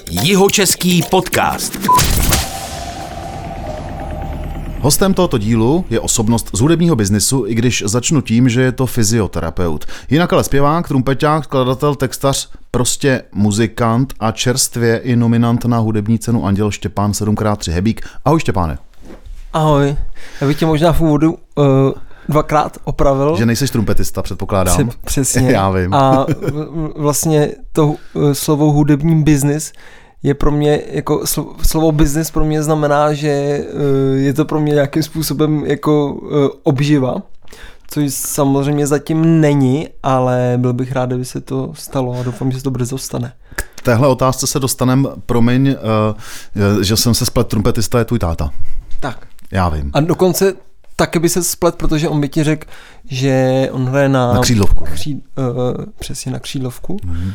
Jihočeský podcast. Hostem tohoto dílu je osobnost z hudebního biznisu, i když začnu tím, že je to fyzioterapeut. Jinak ale zpěvák, trumpeťák, skladatel, textař, prostě muzikant a čerstvě i nominant na hudební cenu Anděl Štěpán 7x3 Hebík. Ahoj Štěpáne. Ahoj, já bych tě možná v úvodu dvakrát opravil. Že nejseš trumpetista, předpokládám. Přesně. Já vím. A vlastně to slovo hudební biznis je pro mě, jako slovo business pro mě znamená, že je to pro mě nějakým způsobem jako obživa, což samozřejmě zatím není, ale byl bych rád, kdyby se to stalo a doufám, že se to brzo stane. K téhle otázce se dostanem, promiň, že jsem se splet, trumpetista je tvůj táta. Tak. Já vím. A dokonce taky by se splet, protože on by ti řekl, že on hraje na křídlovku. Přesně na křídlovku. Mm-hmm.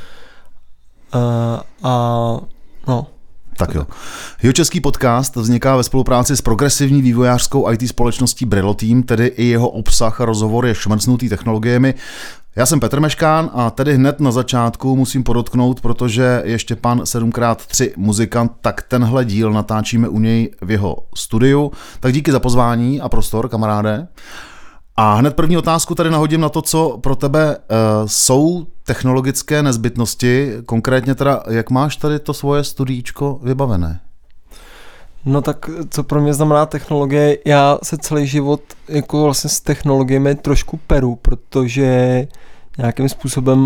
No. Tak jo. Jihočeský podcast vzniká ve spolupráci s progresivní vývojářskou IT společností Brillo Team, tedy i jeho obsah a rozhovor je šmrcnutý technologiemi. Já jsem Petr Meškán a tedy hned na začátku musím podotknout, protože je Štěpán 7x3 muzikant, tak tenhle díl natáčíme u něj v jeho studiu. Tak díky za pozvání a prostor, kamaráde. A hned první otázku tady nahodím na to, co pro tebe jsou technologické nezbytnosti, konkrétně teda, jak máš tady to svoje studíčko vybavené? No tak, co pro mě znamená technologie, já se celý život jako vlastně s technologiemi trošku peru, protože nějakým způsobem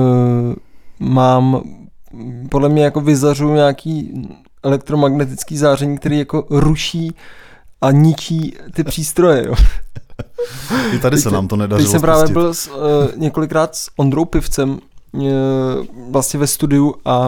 mám, podle mě jako vyzařuju nějaký elektromagnetický záření, který jako ruší a ničí ty přístroje, jo. I tady se nám to nedařilo. Teď jsem právě byl několikrát s Ondrou Pivcem vlastně ve studiu a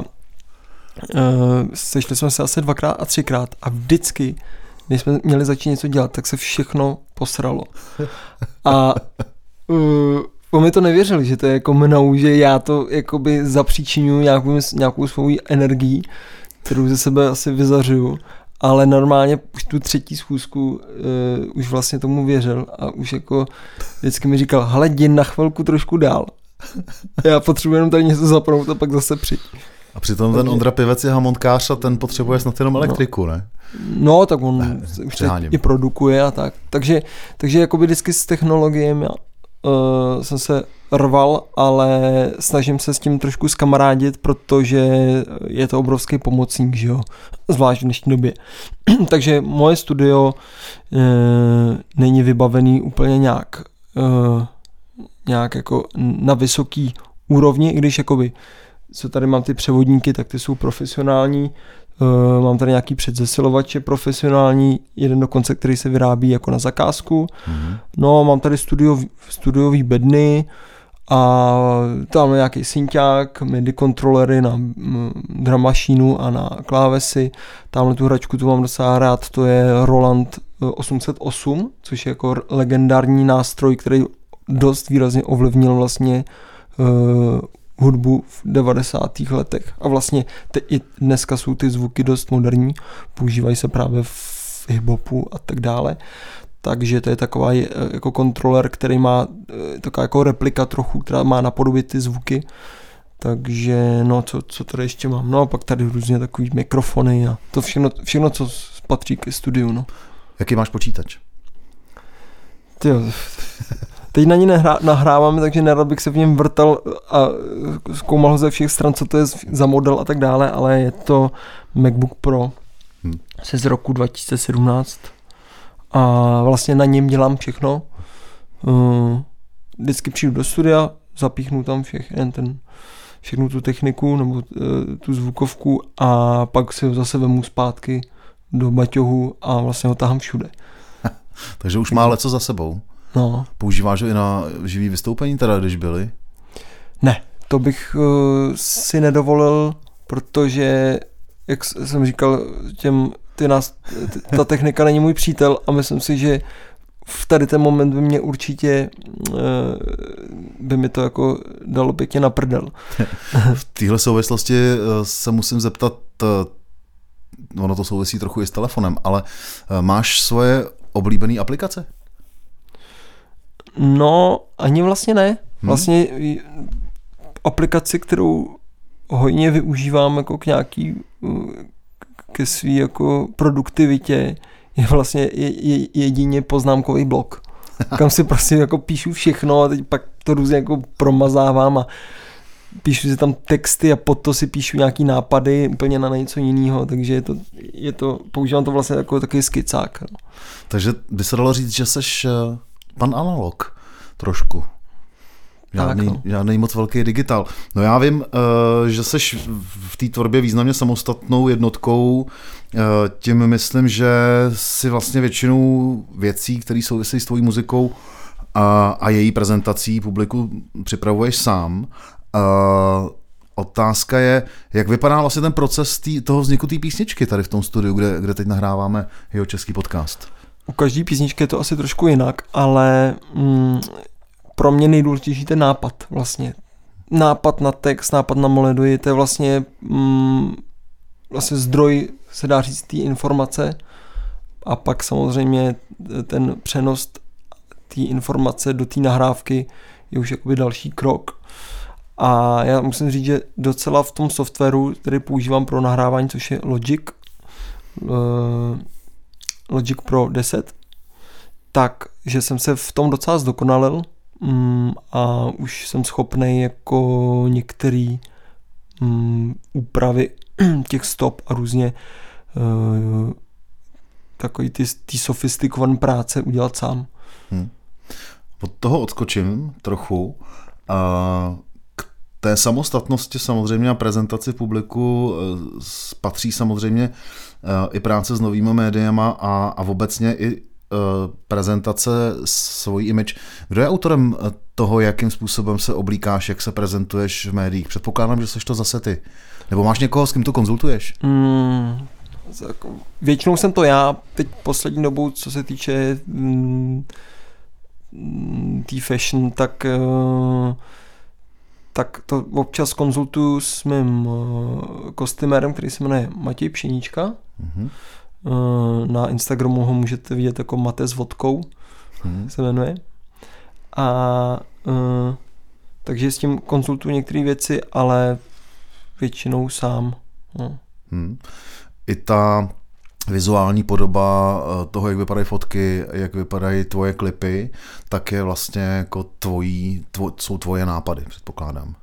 sešli jsme se asi 2x a 3x a vždycky, když jsme měli začít něco dělat, tak se všechno posralo. A on mi to nevěřili, že to je jako mnou, že já to jakoby zapříčinuju nějakou svou energií, kterou ze sebe asi vyzařuju. Ale normálně už tu třetí schůzku už vlastně tomu věřil a už jako vždycky mi říkal, hele, jdi na chvilku trošku dál. Já potřebuji jenom tady něco zapnout a pak zase přijď. A přitom ten Ondra Pivec je hamontkář a ten potřebuje snad jenom elektriku, ne? No, tak on už i produkuje a tak. Takže jakoby vždycky s technologiemi jsem se rval, ale snažím se s tím trošku zkamarádit, protože je to obrovský pomocník, že jo? Zvlášť v dnešní době. Takže moje studio není vybavený úplně nějak jako na vysoký úrovni, i když jakoby co tady mám ty převodníky, tak ty jsou profesionální. Mám tady nějaký předzesilovače profesionální, jeden dokonce, který se vyrábí jako na zakázku. Mm-hmm. No, mám tady studiový bedny a tam nějaký synťák, MIDI kontrolery na drum mašínu a na klávesy. Tamhle tu hračku tu mám docela rád, to je Roland 808, což je jako legendární nástroj, který dost výrazně ovlivnil vlastně hudbu v 90. letech. A vlastně i dneska jsou ty zvuky dost moderní, používají se právě v hip-hopu a tak dále. Takže to je taková jako kontroler, který má taková jako replika trochu, která má napodobit ty zvuky. Takže no, co tady ještě mám? No a pak tady různě takový mikrofony a to všechno, co patří ke studiu. No. Jaký máš počítač? Tyjo, teď na ní nahráváme, takže nerad bych se v něm vrtal a zkoumal ho ze všech stran, co to je za model a tak dále, ale je to MacBook Pro z roku 2017 a vlastně na něm dělám všechno. Vždycky přijdu do studia, zapíchnu tam všechnu tu techniku nebo tu zvukovku a pak si ho zase vemu zpátky do baťohu a vlastně ho tahám všude. Takže už má leco za sebou. No. Používáš ho i na živý vystoupení, teda když byli? Ne, to bych si nedovolil, protože, jak jsem říkal, ta technika není můj přítel a myslím si, že v tady ten moment by mě určitě by mi to jako dalo pěkně na prdel. V téhle souvislosti se musím zeptat, ono to souvisí trochu i s telefonem, ale máš svoje oblíbené aplikace? No, ani vlastně ne. Vlastně aplikaci, kterou hojně využívám jako k nějaký ke svý jako produktivitě je vlastně jedině poznámkový blok. Kam si prostě jako píšu všechno a teď pak to různě jako promazávám a píšu si tam texty a pod to si píšu nějaký nápady úplně na něco jiného, takže používám to vlastně jako takový skicák. No. Takže by se dalo říct, že seš pan analog trošku. Žádný moc velký digital. No já vím, že seš v té tvorbě významně samostatnou jednotkou, tím myslím, že si vlastně většinu věcí, které souvisí s tvojí muzikou a její prezentací publiku připravuješ sám. Otázka je, jak vypadá vlastně ten proces toho vzniku té písničky tady v tom studiu, kde teď nahráváme jeho český podcast. U každé písničky je to asi trošku jinak, ale pro mě nejdůležitější ten nápad vlastně. Nápad na text, nápad na melodii, to je vlastně zdroj, se dá říct, té informace a pak samozřejmě ten přenos té informace do té nahrávky je už jakoby další krok. A já musím říct, že docela v tom softwaru, který používám pro nahrávání, což je Logic Pro 10, takže jsem se v tom docela zdokonalil a už jsem schopnej jako některé úpravy těch stop a různě takový ty sofistikované práce udělat sám. Od toho odskočím trochu. K té samostatnosti samozřejmě a prezentaci v publiku patří samozřejmě i práce s novými médiama a obecně i prezentace svojí image. Kdo je autorem toho, jakým způsobem se oblíkáš, jak se prezentuješ v médiích? Předpokládám, že seš to zase ty. Nebo máš někoho, s kým to konzultuješ? Většinou jsem to já. Teď poslední dobou, co se týče té fashion, tak to občas konzultuju s mým kostymérem, který se jmenuje Matěj Pšeníčka. Na Instagramu ho můžete vidět jako Mate s vodkou, se jmenuje. A takže s tím konzultuju některé věci, ale většinou sám. I ta vizuální podoba toho, jak vypadají fotky, jak vypadají tvoje klipy, tak je vlastně jako jsou tvoje nápady, předpokládám.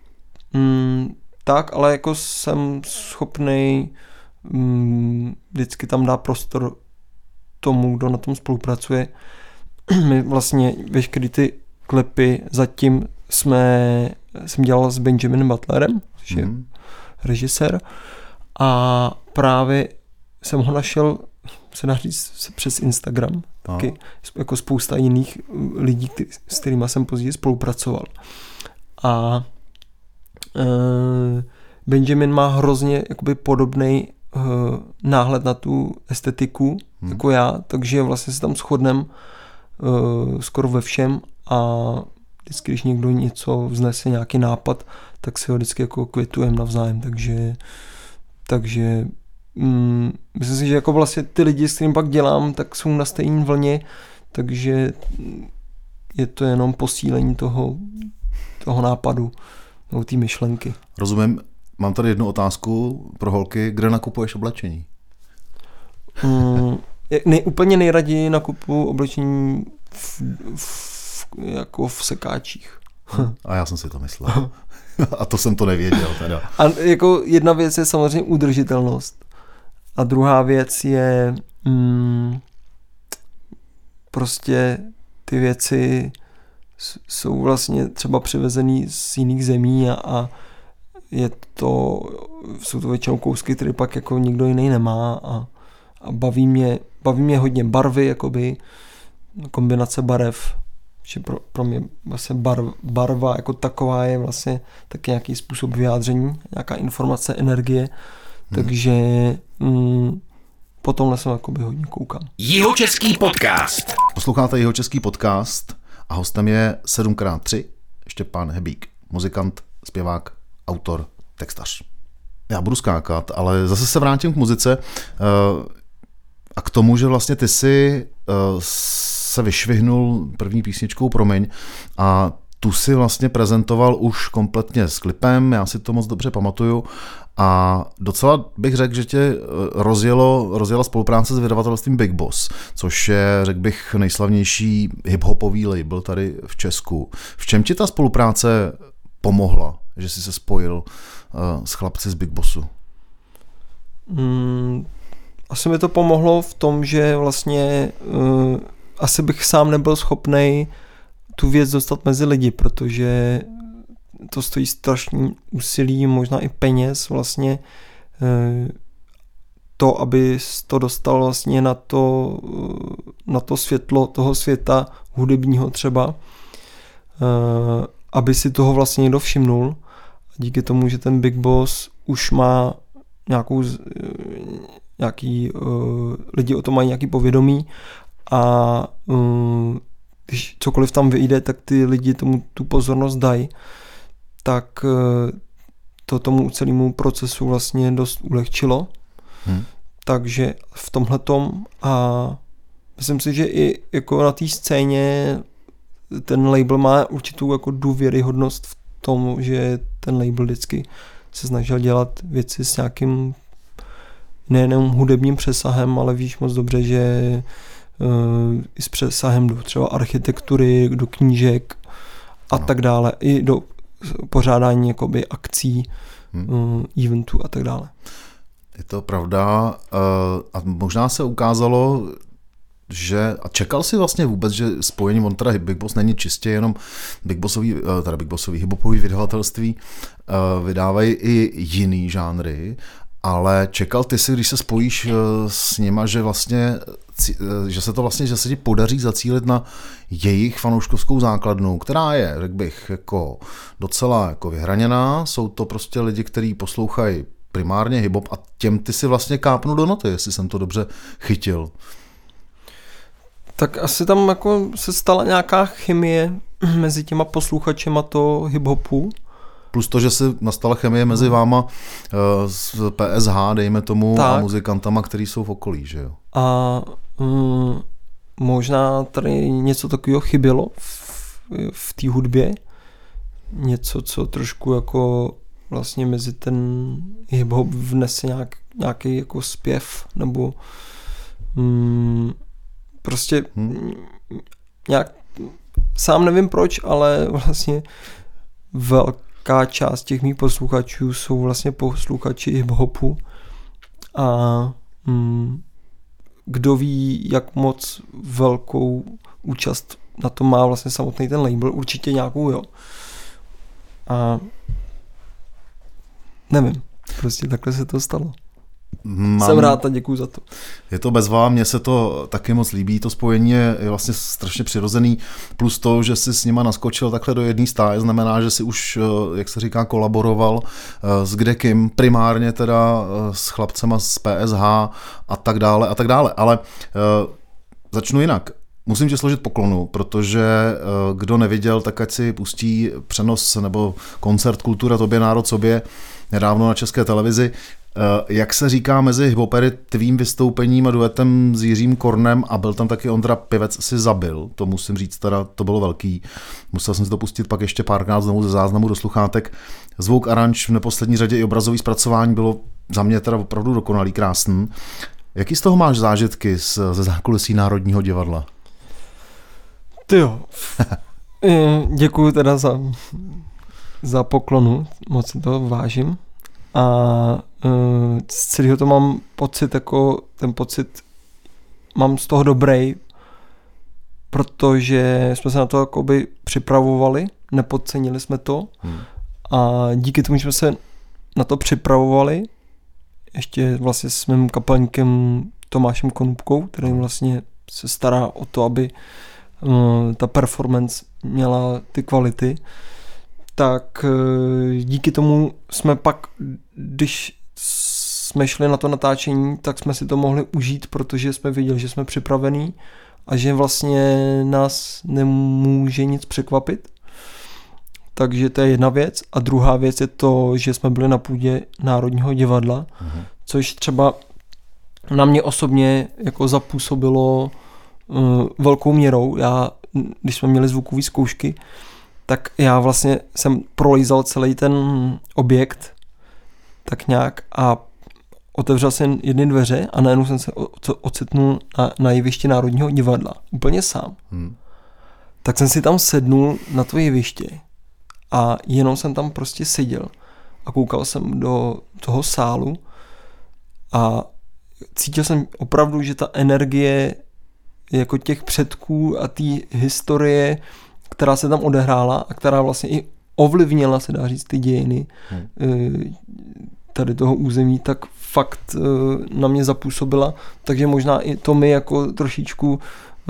Tak, ale jako jsem schopnej vždycky tam dá prostor tomu, kdo na tom spolupracuje. My vlastně veškeré ty klipy zatím jsem dělal s Benjaminem Butlerem, což je režisér, a právě jsem ho našel, se dá říct, přes Instagram. Taky jako spousta jiných lidí, s kterými jsem později spolupracoval. A Benjamin má hrozně jakoby podobnej náhled na tu estetiku jako já, takže vlastně se tam shodneme skoro ve všem a vždycky, když někdo něco vznese, nějaký nápad, tak si ho vždycky jako kvitujeme navzájem, takže myslím si, že jako vlastně ty lidi, s kterým pak dělám, tak jsou na stejné vlně, takže je to jenom posílení toho nápadu nebo té myšlenky. Rozumím. Mám tady jednu otázku pro holky. Kde nakupuješ oblečení? Úplně nejraději nakupuju oblečení jako v sekáčích. A já jsem si to myslel. A to jsem to nevěděl. Teda. A jako jedna věc je samozřejmě udržitelnost. A druhá věc je prostě ty věci jsou vlastně třeba přivezený z jiných zemí a jsou to většinou kousky, které pak jako nikdo jiný nemá a baví mě hodně barvy, jakoby kombinace barev, že pro mě vlastně barva jako taková je vlastně taky nějaký způsob vyjádření, nějaká informace, energie, takže potom jsem jakoby hodně koukám. Jihočeský podcast. Posloucháte Jihočeský podcast a hostem je 7x3 Štěpán Hebík, muzikant, zpěvák, autor, textař. Já budu skákat, ale zase se vrátím k muzice a k tomu, že vlastně ty si se vyšvihnul první písničkou Promiň a tu si vlastně prezentoval už kompletně s klipem, já si to moc dobře pamatuju a docela bych řekl, že tě rozjela spolupráce s vydavatelstvím Big Boss, což je, řekl bych, nejslavnější hip-hopový label tady v Česku. V čem ti ta spolupráce pomohla, že jsi se spojil s chlapci z Big Bossu? Asi mi to pomohlo v tom, že vlastně asi bych sám nebyl schopnej tu věc dostat mezi lidi, protože to stojí strašný úsilí, možná i peněz vlastně to, aby to dostal vlastně na to světlo toho světa hudebního třeba, aby si toho vlastně někdo všimnul. Díky tomu, že ten Big Boss už má lidi o tom mají nějaký povědomí a když cokoliv tam vyjde, tak ty lidi tomu tu pozornost dají, tak to tomu celému procesu vlastně dost ulehčilo. Takže v tomhletom a myslím si, že i jako na té scéně ten label má určitou jako důvěryhodnost v tom, že ten label vždycky se snažil dělat věci s nějakým nejenom hudebním přesahem, ale víš moc dobře, že i s přesahem do třeba architektury, do knížek a tak dále, i do pořádání jakoby akcí, eventů a tak dále. Je to pravda a možná se ukázalo, že a čekal si vlastně vůbec, že spojení, on teda Big Boss není čistě jenom Big Bossový hip-hopový vydavatelství, vydávají i jiný žánry, ale čekal ty si, když se spojíš s nima, že vlastně že se ti podaří zacílit na jejich fanouškovskou základnu, která je, řekl bych, jako docela jako vyhraněná. Jsou to prostě lidi, kteří poslouchají primárně hip-hop a těm ty si vlastně kápnul do noty, jestli jsem to dobře chytil. Tak asi tam jako se stala nějaká chemie mezi těma posluchačema toho hip-hopu. Plus to, že se nastala chemie mezi váma s PSH, dejme tomu, tak. A muzikantama, který jsou v okolí, že jo? A možná tady něco takového chybělo v té hudbě. Něco, co trošku jako vlastně mezi ten hip-hop vnese nějaký jako zpěv, nebo prostě nějak, sám nevím proč, ale vlastně velká část těch mých posluchačů jsou vlastně posluchači hip-hopu a kdo ví, jak moc velkou účast na tom má vlastně samotný ten label, určitě nějakou, jo. A nevím, prostě takhle se to stalo. Jsem rád a děkuju za to. Je to bezvá, mně se to taky moc líbí, to spojení je vlastně strašně přirozený, plus to, že jsi s nima naskočil takhle do jedné stáje, znamená, že si už, jak se říká, kolaboroval s kdekým, primárně teda s chlapcema z PSH a tak dále, ale začnu jinak. Musím tě složit poklonu, protože kdo neviděl, tak ať si pustí přenos nebo koncert Kultura tobě, národ sobě nedávno na České televizi. Jak se říká mezi hiphopery, tvým vystoupením a duetem s Jiřím Kornem a byl tam taky Ondra Pivec si zabil, to musím říct, teda to bylo velký. Musel jsem si to pustit pak ještě párkrát znovu ze záznamu do sluchátek. Zvuk, aranž, v neposlední řadě i obrazový zpracování bylo za mě teda opravdu dokonalý, krásný. Jaký z toho máš zážitky ze zákulisí Národního divadla? Tyjo, děkuju teda za poklonu, moc si to vážím. A z celého to mám pocit, jako ten pocit mám z toho dobrý, protože jsme se na to jakoby připravovali, nepodcenili jsme to a díky tomu, že jsme se na to připravovali, ještě vlastně s mým kapelníkem Tomášem Konupkou, který vlastně se stará o to, aby ta performance měla ty kvality, tak díky tomu jsme pak, když jsme šli na to natáčení, tak jsme si to mohli užít, protože jsme věděli, že jsme připravení a že vlastně nás nemůže nic překvapit. Takže to je jedna věc. A druhá věc je to, že jsme byli na půdě Národního divadla, což třeba na mě osobně jako zapůsobilo velkou měrou. Když jsme měli zvukové zkoušky, tak já vlastně jsem prolízal celý ten objekt tak nějak a otevřel jsem jedny dveře a najednou jsem se ocitnul na jevišti Národního divadla. Úplně sám. Tak jsem si tam sednul na to jeviště a jenom jsem tam prostě seděl a koukal jsem do toho sálu a cítil jsem opravdu, že ta energie jako těch předků a té historie, která se tam odehrála a která vlastně i ovlivnila, se dá říct, ty dějiny tady toho území, tak fakt na mě zapůsobila, takže možná i to mi jako trošičku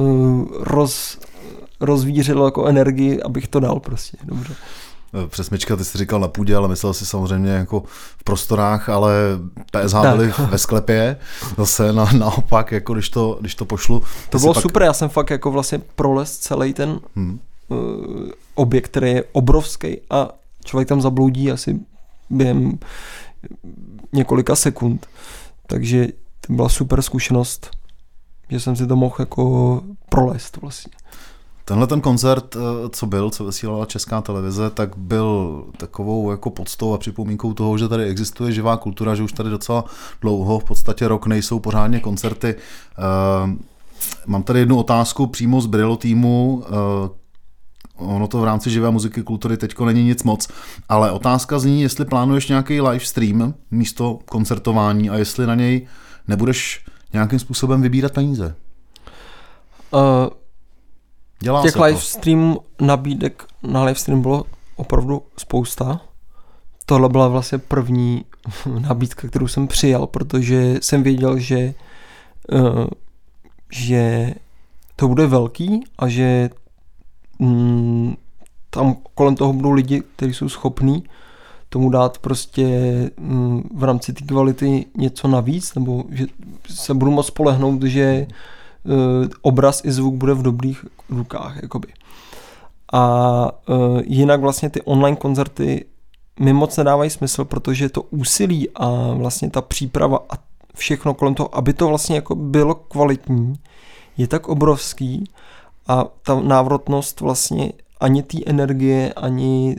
rozvířilo jako energii, abych to dal prostě, dobře. Přesmička, ty jsi říkal na půdě, ale myslel si samozřejmě jako v prostorách, ale PSH byli ve sklepě, zase naopak, jako když to pošlu. To bylo super, já jsem fakt jako vlastně prolez celý ten objekt, který je obrovský a člověk tam zabloudí asi během několika sekund. Takže to byla super zkušenost, že jsem si to mohl jako prolézt vlastně. Tenhle ten koncert, co vysílala Česká televize, tak byl takovou jako podstou a připomínkou toho, že tady existuje živá kultura, že už tady docela dlouho, v podstatě rok, nejsou pořádně koncerty. Mám tady jednu otázku přímo z Brillo týmu. Ono to v rámci živé muziky kultury teďko není nic moc, ale otázka zní, jestli plánuješ nějaký live stream místo koncertování a jestli na něj nebudeš nějakým způsobem vybírat peníze. Těch live stream nabídek na live stream bylo opravdu spousta. Tohle byla vlastně první nabídka, kterou jsem přijal, protože jsem věděl, že to bude velký a že tam kolem toho budou lidi, kteří jsou schopní tomu dát prostě v rámci té kvality něco navíc, nebo že se budu moct spolehnout, že obraz i zvuk bude v dobrých rukách, jakoby. A jinak vlastně ty online koncerty mi moc nedávají smysl, protože to úsilí a vlastně ta příprava a všechno kolem toho, aby to vlastně jako bylo kvalitní, je tak obrovský a ta návratnost vlastně ani té energie, ani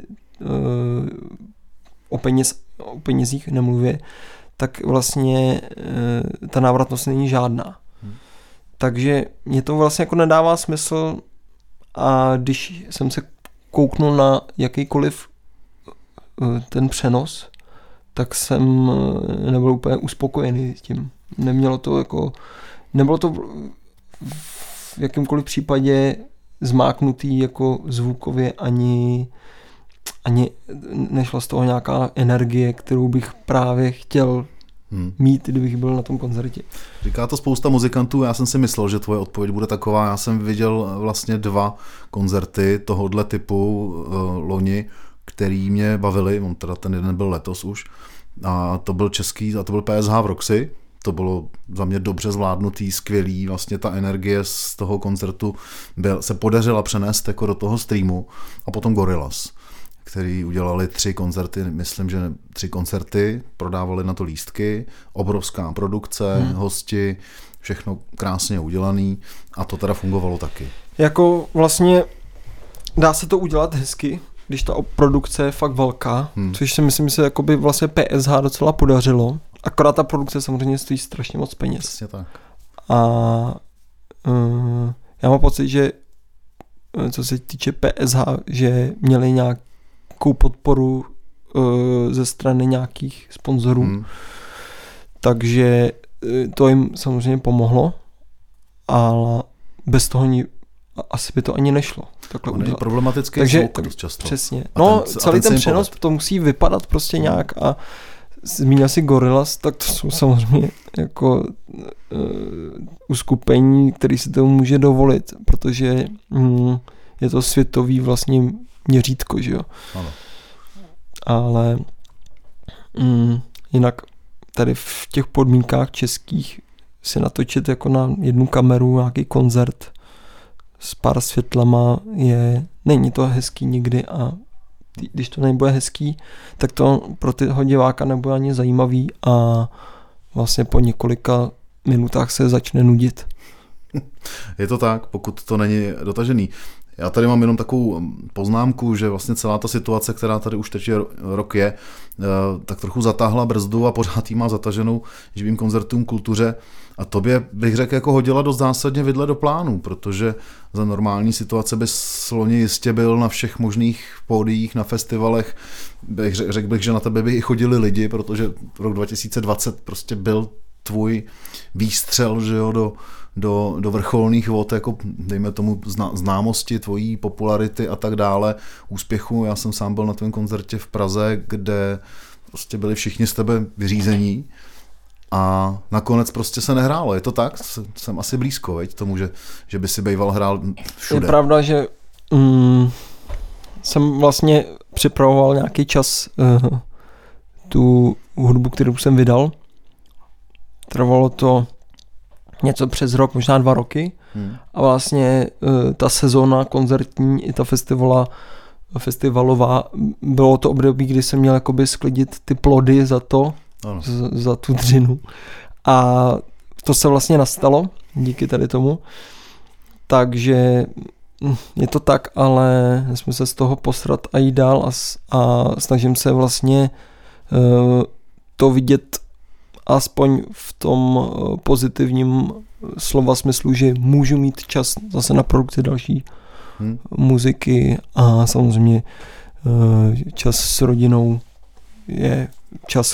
o penězích nemluvě, tak vlastně ta návratnost není žádná. Takže mě to vlastně jako nedává smysl a když jsem se kouknul na jakýkoliv ten přenos, tak jsem nebyl úplně uspokojený s tím. Nebylo to v jakýmkoliv případě zmáknutý jako zvukově ani nešla z toho nějaká energie, kterou bych právě chtěl mít, kdybych byl na tom koncertě. Říká to spousta muzikantů, já jsem si myslel, že tvoje odpověď bude taková. Já jsem viděl vlastně 2 koncerty tohohle typu loni, který mě bavili, teda ten jeden byl letos už, a to byl český, a to byl PSH v Roxy. To bylo za mě dobře zvládnutý, skvělý, vlastně ta energie z toho koncertu se podařila přenést jako do toho streamu a potom Gorillaz, který udělali 3 koncerty, myslím, že 3 koncerty, prodávali na to lístky, obrovská produkce, hosti, všechno krásně udělaný a to teda fungovalo taky. Jako vlastně dá se to udělat hezky, když ta produkce je fakt velká, což si myslím, že se jakoby vlastně PSH docela podařilo. Akorát ta produkce samozřejmě stojí strašně moc peněz. Přesně tak. A já mám pocit, že co se týče PSH, že měli nějakou podporu ze strany nějakých sponzorů. Takže to jim samozřejmě pomohlo, ale bez toho asi by to ani nešlo. On je problematický zvuk dost často. Přesně. No, celý ten přenos to musí vypadat prostě nějak a zmínil si Gorillaz, tak to jsou samozřejmě jako uskupení, který si to může dovolit, protože je to světový vlastně měřítko, že jo. Ano. Ale jinak tady v těch podmínkách českých si natočit jako na jednu kameru nějaký koncert s pár světlama není to hezký nikdy a když to nebude hezký, tak to pro toho diváka nebude ani zajímavý a vlastně po několika minutách se začne nudit. Je to tak, pokud to není dotažený. Já tady mám jenom takovou poznámku, že vlastně celá ta situace, která tady už teď rok je, tak trochu zatáhla brzdu a pořád jí má zataženou živým koncertům, kultuře. A tobě bych řekl, jako hodila dost zásadně vidle do plánu, protože za normální situace bys loni jistě byl na všech možných pódiích, na festivalech. Řekl bych, že na tebe by i chodili lidi, protože rok 2020 prostě byl tvůj výstřel, že jo, do vrcholných vod, jako dejme tomu známosti, tvojí popularity a tak dále, úspěchu. Já jsem sám byl na tvém koncertě v Praze, kde prostě byli všichni z tebe vyřízení a nakonec prostě se nehrálo. Je to tak? Jsem asi blízko, veď, tomu, že by si bejval hrál všude. Je pravda, že jsem vlastně připravoval nějaký čas tu hudbu, kterou jsem vydal. Trvalo to něco přes rok, možná 2 roky. A vlastně ta sezóna koncertní i ta festivalová, bylo to období, kdy jsem měl jakoby sklidit ty plody za tu dřinu. A to se vlastně nastalo díky tady tomu. Takže je to tak, ale jsme se z toho posrat a jít dál a snažím se vlastně to vidět aspoň v tom pozitivním slova smyslu, že můžu mít čas zase na produkci další muziky a samozřejmě čas s rodinou je čas,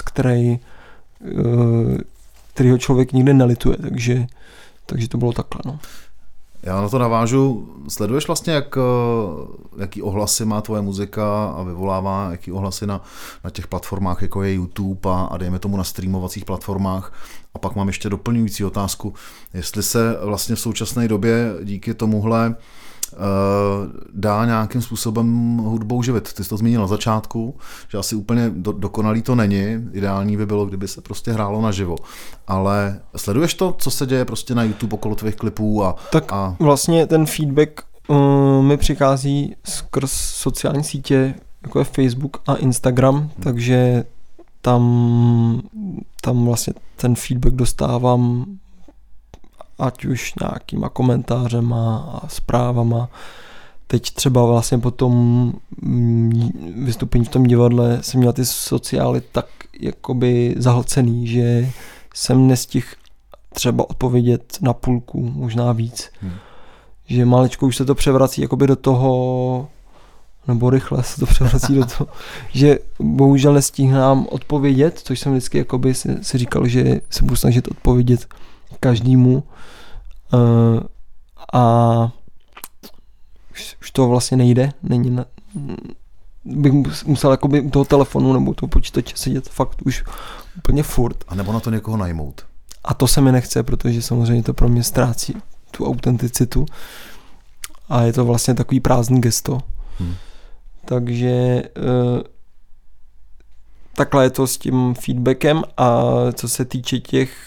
kterýho člověk nikdy nelituje, takže to bylo takhle. No. Já na to navážu. Sleduješ vlastně, jaký ohlasy má tvoje muzika a vyvolává jaký ohlasy na těch platformách, jako je YouTube a dejme tomu na streamovacích platformách. A pak mám ještě doplňující otázku, jestli se vlastně v současné době díky tomuhle dá nějakým způsobem hudbou živit. Ty jsi to zmínil na začátku, že asi úplně dokonalý to není. Ideální by bylo, kdyby se prostě hrálo naživo. Ale sleduješ to, co se děje prostě na YouTube okolo tvých klipů? Tak vlastně ten feedback mi přichází skrz sociální sítě, jako je Facebook a Instagram, takže tam vlastně ten feedback dostávám ať už nějakýma komentářema a zprávama. Teď třeba vlastně po tom vystoupení v tom divadle jsem měl ty sociály tak jakoby zahlcený, že jsem nestihl třeba odpovědět na půlku, možná víc. Že malečko už se to převrací jakoby do toho, nebo rychle se to převrací do toho, že bohužel nestihnám odpovědět, což jsem vždycky jakoby si říkal, že se budu snažit odpovědět každému a už to vlastně nejde, bych musel jakoby u toho telefonu nebo toho počítače sedět fakt už úplně furt. A nebo na to někoho najmout. A to se mi nechce, protože samozřejmě to pro mě ztrácí tu autenticitu a je to vlastně takový prázdný gesto. Takže takhle je to s tím feedbackem a co se týče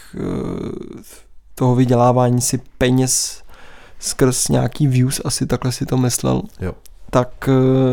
toho vydělávání si peněz skrz nějaký views, asi takhle si to myslel, jo. Tak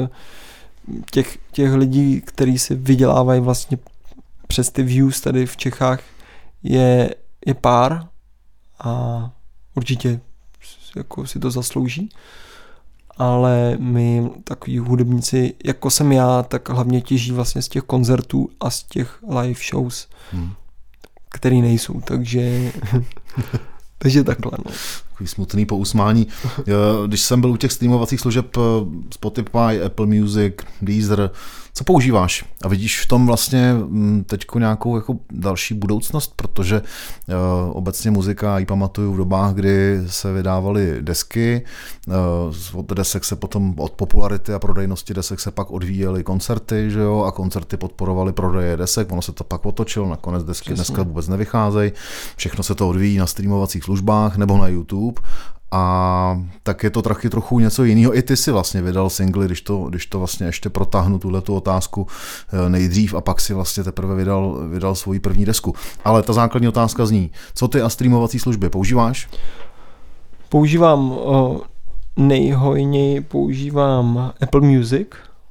těch lidí, kteří si vydělávají vlastně přes ty views tady v Čechách je pár a určitě jako si to zaslouží, ale my takový hudebníci, jako jsem já, tak hlavně těží vlastně z těch koncertů a z těch live shows, který nejsou, takže takhle. No. Takový smutný pousmání. Když jsem byl u těch streamovacích služeb Spotify, Apple Music, Deezer, co používáš? A vidíš v tom vlastně teďko nějakou jako další budoucnost, protože obecně muzika, ji pamatuju v dobách, kdy se vydávaly desky, od desek se potom od popularity a prodejnosti desek se pak odvíjely koncerty, že jo, a koncerty podporovaly prodeje desek, ono se to pak otočilo, nakonec desky Přesně. Dneska vůbec nevycházejí, všechno se to odvíjí na streamovacích službách nebo na YouTube. A tak je to trochu něco jiného. I ty si vlastně vydal singly, když to vlastně ještě protáhnu tuhletu otázku nejdřív a pak si vlastně teprve vydal svoji první desku. Ale ta základní otázka zní, co ty a streamovací služby používáš? Používám nejhojněji používám Apple Music,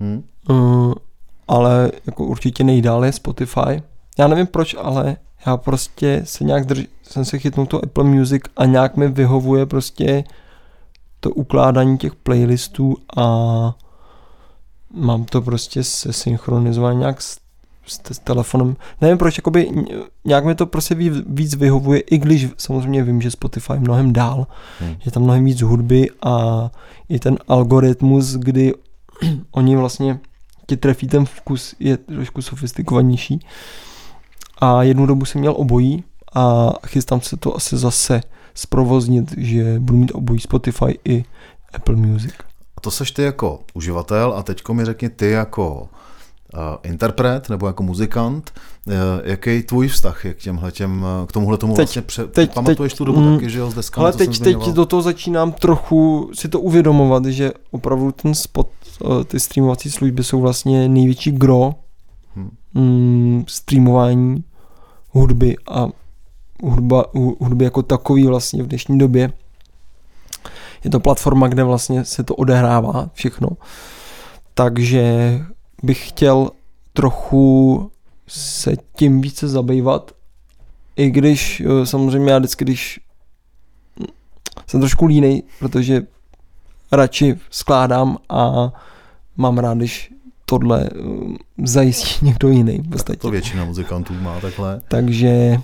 ale jako určitě nejdál je Spotify. Já nevím proč, ale já prostě se nějak jsem se chytnul to Apple Music a nějak mi vyhovuje prostě to ukládání těch playlistů a mám to prostě se synchronizovat nějak s telefonem. Nevím proč, jakoby nějak mi to prostě víc vyhovuje, i když samozřejmě vím, že Spotify je mnohem dál. Je tam mnohem víc hudby a i ten algoritmus, kdy oni vlastně ti trefí ten vkus, je trošku sofistikovanější. A jednu dobu jsem měl obojí a chystám se to asi zase zprovoznit, že budu mít obojí Spotify i Apple Music. A to seš ty jako uživatel a teďko mi řekni ty jako interpret nebo jako muzikant, jaký je tvůj vztah je k tomuhle tomu vlastně pamatuješ tu dobu taky, že jo, s deskami, ale teď do toho začínám trochu si to uvědomovat, že opravdu ten ty streamovací služby jsou vlastně největší gro streamování hudby a hudby jako takový vlastně v dnešní době. Je to platforma, kde vlastně se to odehrává všechno. Takže bych chtěl trochu se tím více zabývat, i když samozřejmě já vždycky, když jsem trošku línej, protože radši skládám a mám rád, když tohle zajistí někdo jiný. V podstatě. To většina muzikantů má takhle. Takže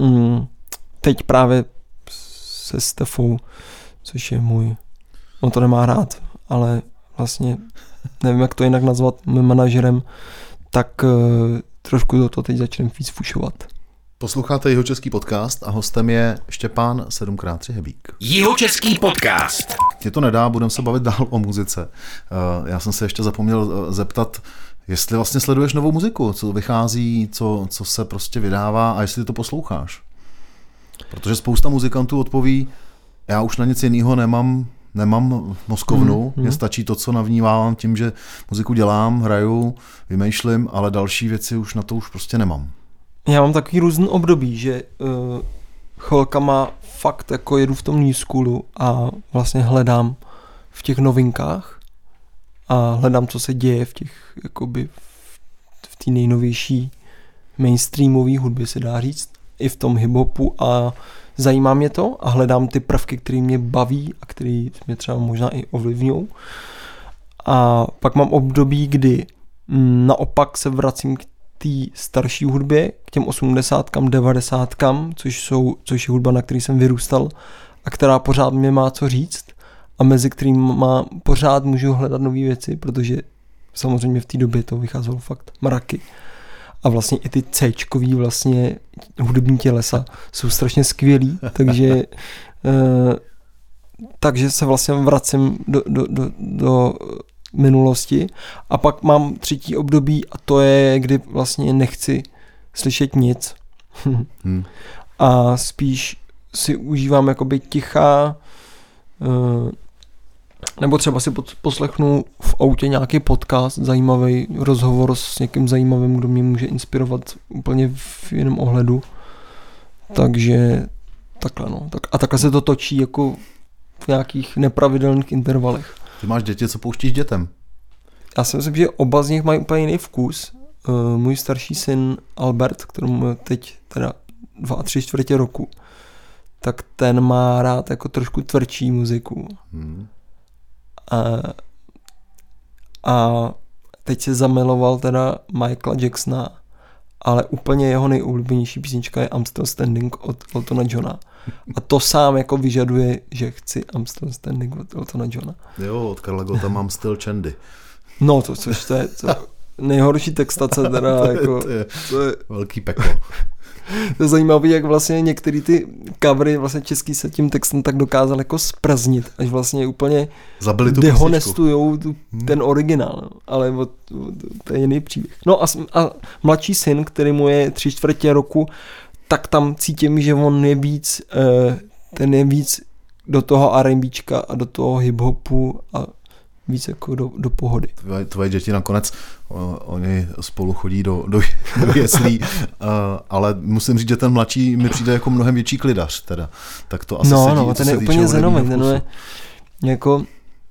teď právě se Stefou, což je můj, on to nemá rád, ale vlastně nevím, jak to jinak nazvat, mým manažerem, tak trošku do toho teď začneme víc fušovat. Posloucháte Jihočeský podcast a hostem je Štěpán 7x3 Hebík. Jihočeský podcast. Mě to nedá, budeme se bavit dál o muzice. Já jsem se ještě zapomněl zeptat, jestli vlastně sleduješ novou muziku, co vychází, co se prostě vydává a jestli to posloucháš. Protože spousta muzikantů odpoví, já už na nic jiného nemám mozkovnu, mně stačí to, co navnívám tím, že muziku dělám, hraju, vymýšlím, ale další věci už na to už prostě nemám. Já mám takový různý období, že chvilkama fakt jako jedu v tom new schoolu a vlastně hledám v těch novinkách a hledám, co se děje v těch, jakoby v té nejnovější mainstreamové hudbě, se dá říct, i v tom hiphopu a zajímá mě to a hledám ty prvky, které mě baví a které mě třeba možná i ovlivňují. A pak mám období, kdy naopak se vracím k té starší hudbě, k těm 80kám, 90kám, což je hudba, na který jsem vyrůstal a která pořád mě má co říct a mezi kterými pořád můžu hledat nové věci, protože samozřejmě v té době to vycházelo fakt mraky. A vlastně i ty C-čkový vlastně hudební tělesa jsou strašně skvělý, takže se vlastně vracím do minulosti. A pak mám třetí období a to je, kdy vlastně nechci slyšet nic. A spíš si užívám jakoby ticha, nebo třeba si poslechnu v autě nějaký podcast, zajímavý rozhovor s někým zajímavým, kdo mě může inspirovat úplně v jiném ohledu. Takže takhle no. A takhle se to točí jako v nějakých nepravidelných intervalech. Ty máš děti, co pouštíš dětem? Já si myslím, že oba z nich mají úplně jiný vkus. Můj starší syn Albert, kterému je teď teda 2 3/4 roku, tak ten má rád jako trošku tvrdší muziku. A teď se zamiloval teda Michaela Jacksona, ale úplně jeho nejoblíbenější písnička je I'm Still Standing od Eltona Johna. A to sám jako vyžaduje, že chci I'm Still Standing od Eltona Johna. Jo, od Karla Gotta mám Still Chandy. No, to je nejhorší textace teda jako... to je velký peklo. To je zajímavé, jak vlastně některé ty covery vlastně český se tím textem tak dokázal jako sprznit, až vlastně úplně dehonestujou ten originál, ale to je jiný příběh. No a mladší syn, který mu je 3/4 roku, tak tam cítím, že on je víc, ten je víc do toho R&Bčka a do toho hiphopu a víc jako do pohody. Tvoje děti nakonec, oni spolu chodí do jeslí, ale musím říct, že ten mladší mi přijde jako mnohem větší klidař teda. Tak to asi sedí, no, ten je úplně zenový, ten je jako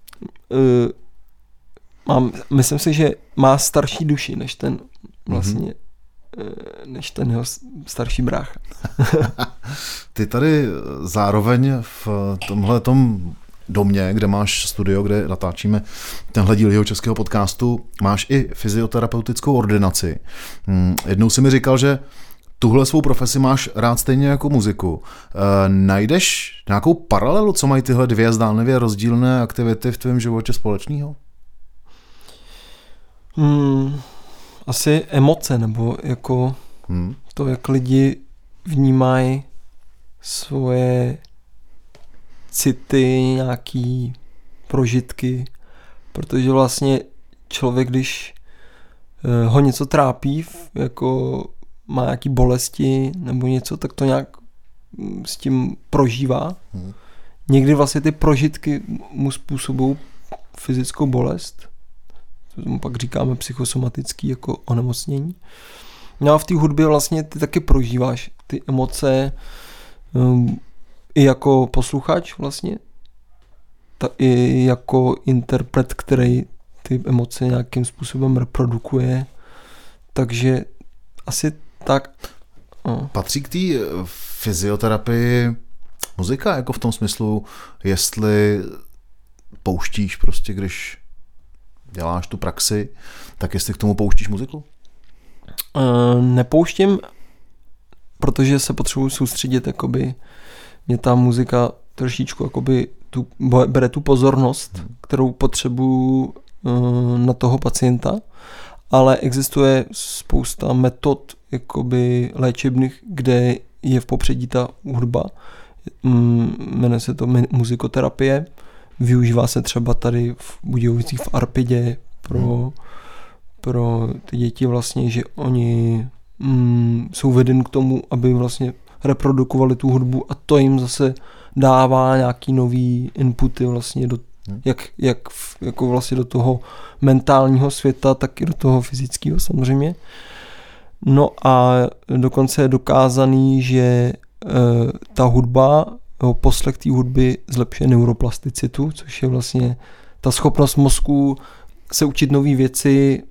myslím si, že má starší duši než ten vlastně než ten jeho starší brácha. Ty tady zároveň v tomhletom domě, kde máš studio, kde natáčíme tenhle díl jeho českého podcastu, máš i fyzioterapeutickou ordinaci. Jednou si mi říkal, že tuhle svou profesi máš rád stejně jako muziku. Najdeš nějakou paralelu, co mají tyhle dvě zdánlivě rozdílné aktivity v tvém životě společného? Asi emoce, nebo jako to, jak lidi vnímají svoje city, nějaký prožitky, protože vlastně člověk, když ho něco trápí, jako má nějaký bolesti nebo něco, tak to nějak s tím prožívá. Někdy vlastně ty prožitky mu způsobují fyzickou bolest, to pak říkáme psychosomatický jako onemocnění. No a v té hudbě vlastně ty taky prožíváš ty emoce i jako posluchač vlastně, i jako interpret, který ty emoce nějakým způsobem reprodukuje. Takže asi tak. Patří k té fyzioterapii muzika, jako v tom smyslu, jestli pouštíš prostě, když děláš tu praxi, tak jestli k tomu pouštíš muziku? Nepouštím, protože se potřebuji soustředit, jakoby mě ta muzika trošičku jakoby bere tu pozornost, kterou potřebuji na toho pacienta, ale existuje spousta metod jakoby léčebných, kde je v popředí ta hudba. Jmenuje se to muzikoterapie. Využívá se třeba tady v Budějovicích v Arpidě pro ty děti vlastně, že oni jsou vedeni k tomu, aby vlastně reprodukovali tu hudbu a to jim zase dává nějaký nový inputy vlastně jako vlastně do toho mentálního světa, tak i do toho fyzického samozřejmě. No a dokonce je dokázaný, že ta hudba, poslech té hudby zlepšuje neuroplasticitu, což je vlastně ta schopnost mozku se učit nové věci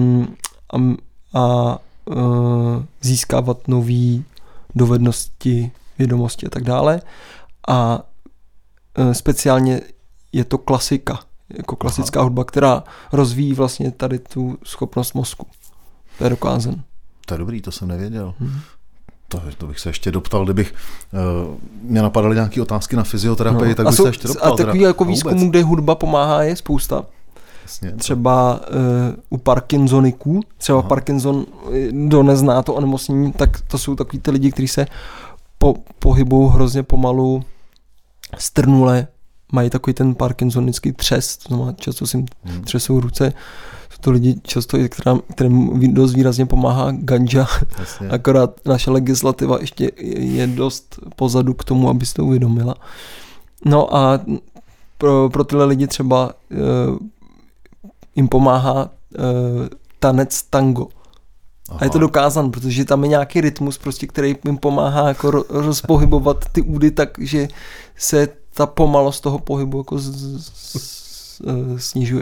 a získávat nové dovednosti, vědomosti a tak dále. A speciálně je to klasika, jako klasická hudba, která rozvíjí vlastně tady tu schopnost mozku. To je dokázané. To je dobrý, to jsem nevěděl. To bych se ještě doptal, kdybych mě napadaly nějaké otázky na fyzioterapii, tak bych se ještě doptal. A takový jako výzkumu, kde hudba pomáhá, je spousta. Jasně, třeba u Parkinsoniků, třeba Parkinson, kdo nezná to onemocnění, tak to jsou takový ty lidi, kteří se pohybují hrozně pomalu, strnule, mají takový ten parkinsonický třes, to znamená, často si třesou ruce. Jsou to lidi často, kterým dost výrazně pomáhá ganja. Jasně. Akorát naše legislativa ještě je dost pozadu k tomu, aby si to uvědomila. No a pro tyhle lidi třeba jim pomáhá tanec tango. Aha. A je to dokázan, protože tam je nějaký rytmus, prostě, který jim pomáhá jako rozpohybovat ty údy tak, že se ta pomalost toho pohybu jako snižuje.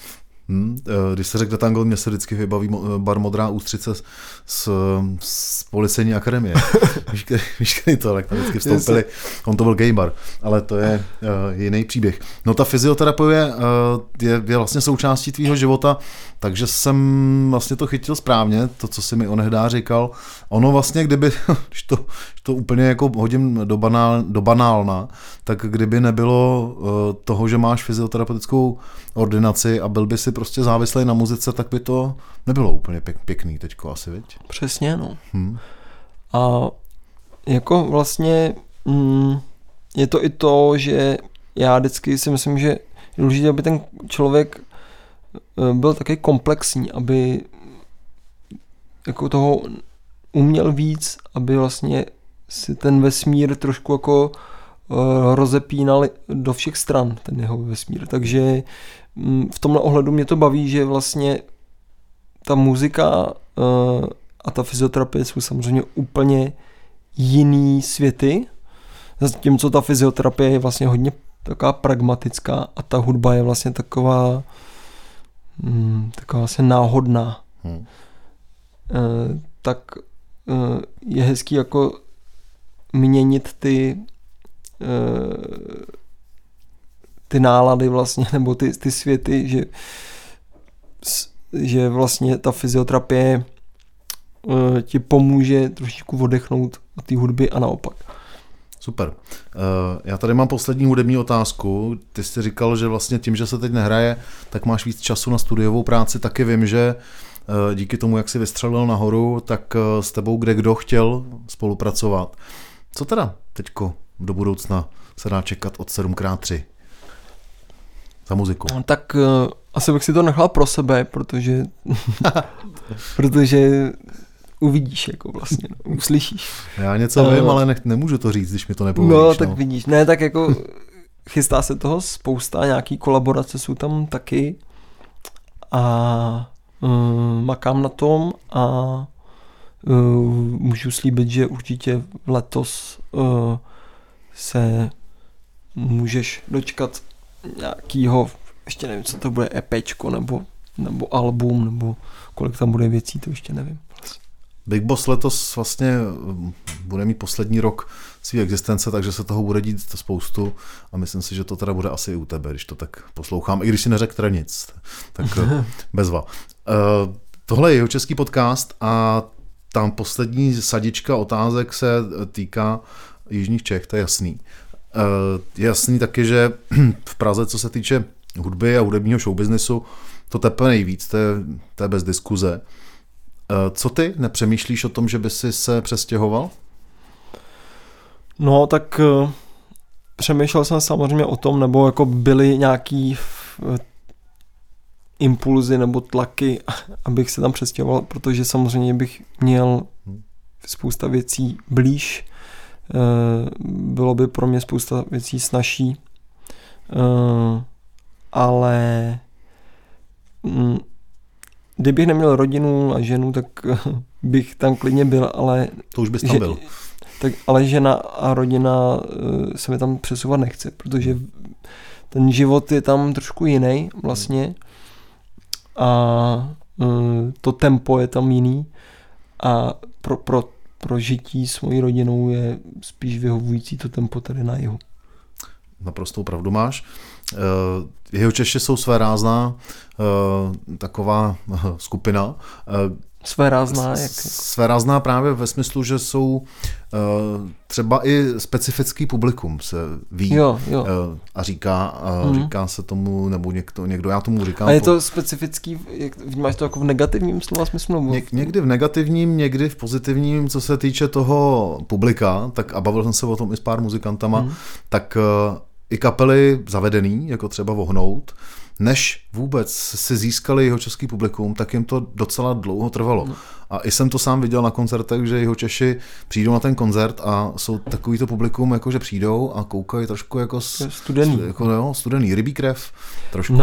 Když se řekne tango, mě se vždycky vybaví bar Modrá ústřice z policejní akademie. Víš, který to, tak tam vždycky vstoupili. On to byl gay bar, ale to je jiný příběh. No ta fyzioterapie je vlastně součástí tvýho života, takže jsem vlastně to chytil správně, to, co jsi mi onehdá říkal. Ono vlastně, kdyby, když to úplně jako hodím do banálna, tak kdyby nebylo toho, že máš fyzioterapeutickou ordinaci a byl by si prostě závislý na muzice, tak by to nebylo úplně pěkný teďko asi, viď? Přesně, no. A jako vlastně je to i to, že já vždycky si myslím, že je důležité, aby ten člověk byl taky komplexní, aby jako toho uměl víc, aby vlastně si ten vesmír trošku jako rozepínal do všech stran, ten jeho vesmír. Takže v tomhle ohledu mě to baví, že vlastně ta muzika a ta fyzioterapie jsou samozřejmě úplně jiný světy, zatímco ta fyzioterapie je vlastně hodně taková pragmatická a ta hudba je vlastně taková vlastně náhodná. Tak je hezký jako měnit ty ty nálady vlastně, nebo ty světy, že vlastně ta fyzioterapie ti pomůže trošičku oddechnout od té hudby a naopak. Super. Já tady mám poslední hudební otázku. Ty jsi říkal, že vlastně tím, že se teď nehraje, tak máš víc času na studiovou práci. Taky vím, že díky tomu, jak jsi vystřelil nahoru, tak s tebou kdo chtěl spolupracovat. Co teda teďko do budoucna se dá čekat od 7x3 za muziku? Tak asi bych si to nechal pro sebe, protože uvidíš, jako vlastně, uslyšíš. Já něco vím, ale nemůžu to říct, když mi to nepovíš. No, tak vidíš. Ne, tak jako chystá se toho spousta, nějaký kolaborace jsou tam taky a makám na tom a můžu slíbit, že určitě letos se můžeš dočkat nějakýho, ještě nevím, co to bude, EPčko nebo album, nebo kolik tam bude věcí, to ještě nevím. Big Boss letos vlastně bude mít poslední rok své existence, takže se toho bude dít spoustu a myslím si, že to teda bude asi i u tebe, když to tak poslouchám, i když si neřekl teda nic, tak bezva. Tohle je Jihočeský podcast a tam poslední sadička otázek se týká jižních Čech, to je jasný. Je jasný taky, že v Praze, co se týče hudby a hudebního showbiznesu, to tepe nejvíc, to je bez diskuze. Co ty? Nepřemýšlíš o tom, že by si se přestěhoval? No, tak přemýšlel jsem samozřejmě o tom, nebo jako byly nějaký impulzy nebo tlaky, abych se tam přestěhoval, protože samozřejmě bych měl spousta věcí blíž. Bylo by pro mě spousta věcí snazší. Ale kdybych neměl rodinu a ženu, tak bych tam klidně byl, ale... To už bys tam byl. Ale žena a rodina se mi tam přesouvat nechce, protože ten život je tam trošku jiný vlastně a to tempo je tam jiný a pro žití s mojí rodinou je spíš vyhovující to tempo tady na jihu. Naprostou pravdu máš. Jihočeši jsou svérázná taková skupina. Svérázná právě ve smyslu, že jsou třeba i specifický publikum se ví. Jo. A říká se tomu, nebo někdo já tomu říkám. A je to specifický, vnímáš to jako v negativním slova smyslu? Někdy v negativním, někdy v pozitivním, co se týče toho publika, tak a bavil jsem se o tom i s pár muzikantama, tak i kapely zavedený, jako třeba Vohnout, než vůbec si získali jihočeský publikum, tak jim to docela dlouho trvalo. A i jsem to sám viděl na koncertech, že Jihočeši přijdou na ten koncert a jsou takovýto publikum, jako že přijdou a koukají trošku jako studený rybí krev. Trošku.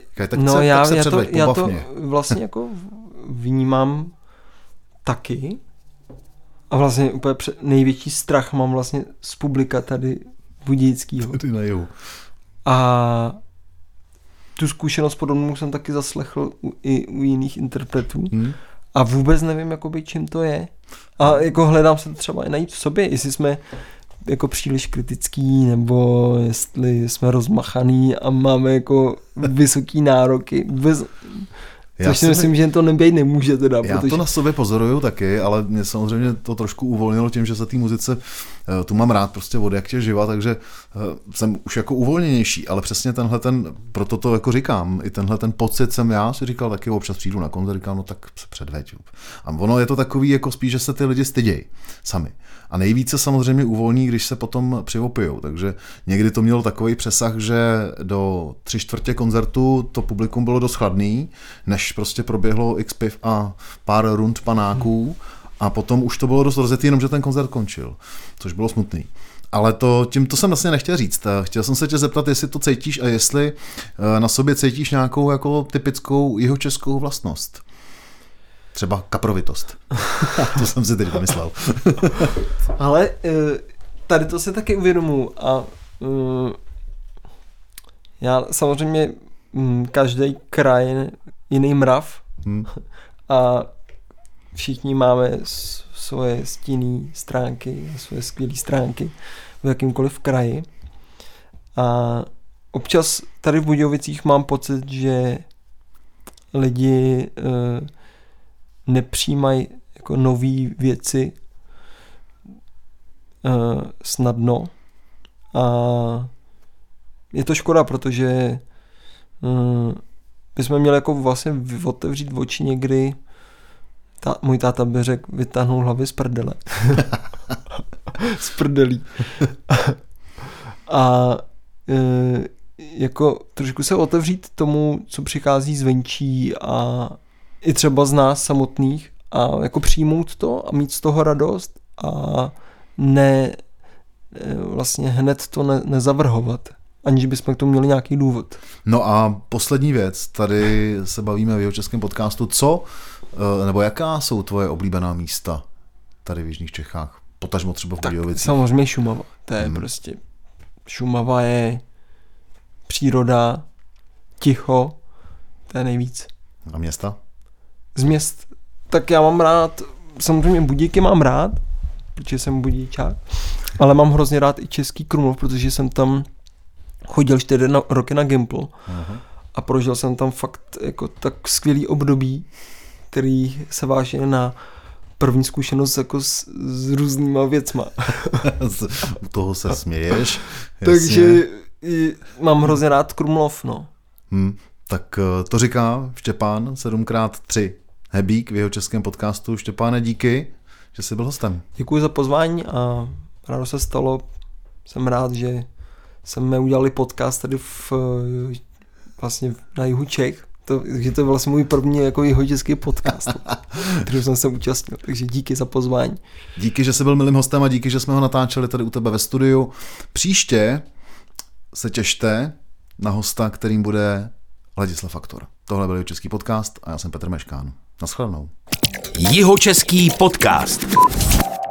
Já to vlastně jako vnímám taky a vlastně úplně největší strach mám vlastně z publika tady Budějickýho. Tady na jihu. A tu zkušenost podobnou jsem taky zaslechl i u jiných interpretů. A vůbec nevím, jakoby, čím to je. A jako hledám se to třeba i najít v sobě, jestli jsme jako příliš kritický, nebo jestli jsme rozmachaný a máme jako vysoký nároky. Což si myslím, že to nebejt nemůže teda. Já to na sobě pozoruju taky, ale mě samozřejmě to trošku uvolnilo tím, že se té muzice tu mám rád prostě od jak tě živa, takže jsem už jako uvolněnější, ale přesně proto to jako říkám, i tenhle ten pocit jsem já si říkal taky, občas přijdu na koncert, říkám, no tak se předveď. A ono je to takový jako spíš, že se ty lidi stydějí sami. A nejvíce samozřejmě uvolní, když se potom přivopijou, takže někdy to mělo takový přesah, že do 3/4 koncertu to publikum bylo dost chladný, než prostě proběhlo x piv a pár rund panáků a potom už to bylo dost rozjetý, jenom že ten koncert končil, což bylo smutný. Ale tímto jsem vlastně nechtěl říct. Chtěl jsem se tě zeptat, jestli to cítíš a jestli na sobě cítíš nějakou jako typickou jihočeskou vlastnost. Třeba kaprovitost. To jsem si teď vymyslel. Ale tady to si taky uvědomuji a já samozřejmě každý kraj je jiný mrav a všichni máme svoje stinné stránky, svoje skvělé stránky v jakýmkoliv kraji a občas tady v Budějovicích mám pocit, že lidi nepřijímají jako nový věci snadno a je to škoda, protože bychom měli jako vlastně otevřít oči někdy. Můj táta by řekl, vytáhnout hlavy z prdele. Z prdelí. A jako trošku se otevřít tomu, co přichází zvenčí a i třeba z nás samotných a jako přijmout to a mít z toho radost a ne vlastně hned to nezavrhovat, aniž bychom k tomu měli nějaký důvod. No a poslední věc, tady se bavíme v Jihočeském podcastu, nebo jaká jsou tvoje oblíbená místa tady v jižních Čechách? Potažmo třeba v Budějovicích. Samozřejmě Šumava, to je prostě, Šumava je příroda, ticho, to je nejvíc. A města? Z měst, tak já mám rád, samozřejmě Budíky mám rád, protože jsem Budíčák, ale mám hrozně rád i Český Krumlov, protože jsem tam chodil 4 roky na Gimpl a prožil jsem tam fakt jako tak skvělý období, který se váží na první zkušenost jako s různýma věcma. U toho se směješ. Takže mám hrozně rád Krumlov, no. Tak to říká Štěpán 7x3 Hebík v Jihočeském podcastu. Štěpáne, díky, že jsi byl hostem. Děkuji za pozvání a rádo se stalo. Jsem rád, že jsme udělali podcast tady vlastně na jihu Čech. Takže to je vlastně můj první jako jihočeský podcast, který jsem se účastnil. Takže díky za pozvání. Díky, že jsi byl milým hostem a díky, že jsme ho natáčeli tady u tebe ve studiu. Příště se těšte na hosta, kterým bude Ladislav Faktor. Tohle byl Jihočeský podcast a já jsem Petr Meškán. Naschledanou. Jihočeský podcast.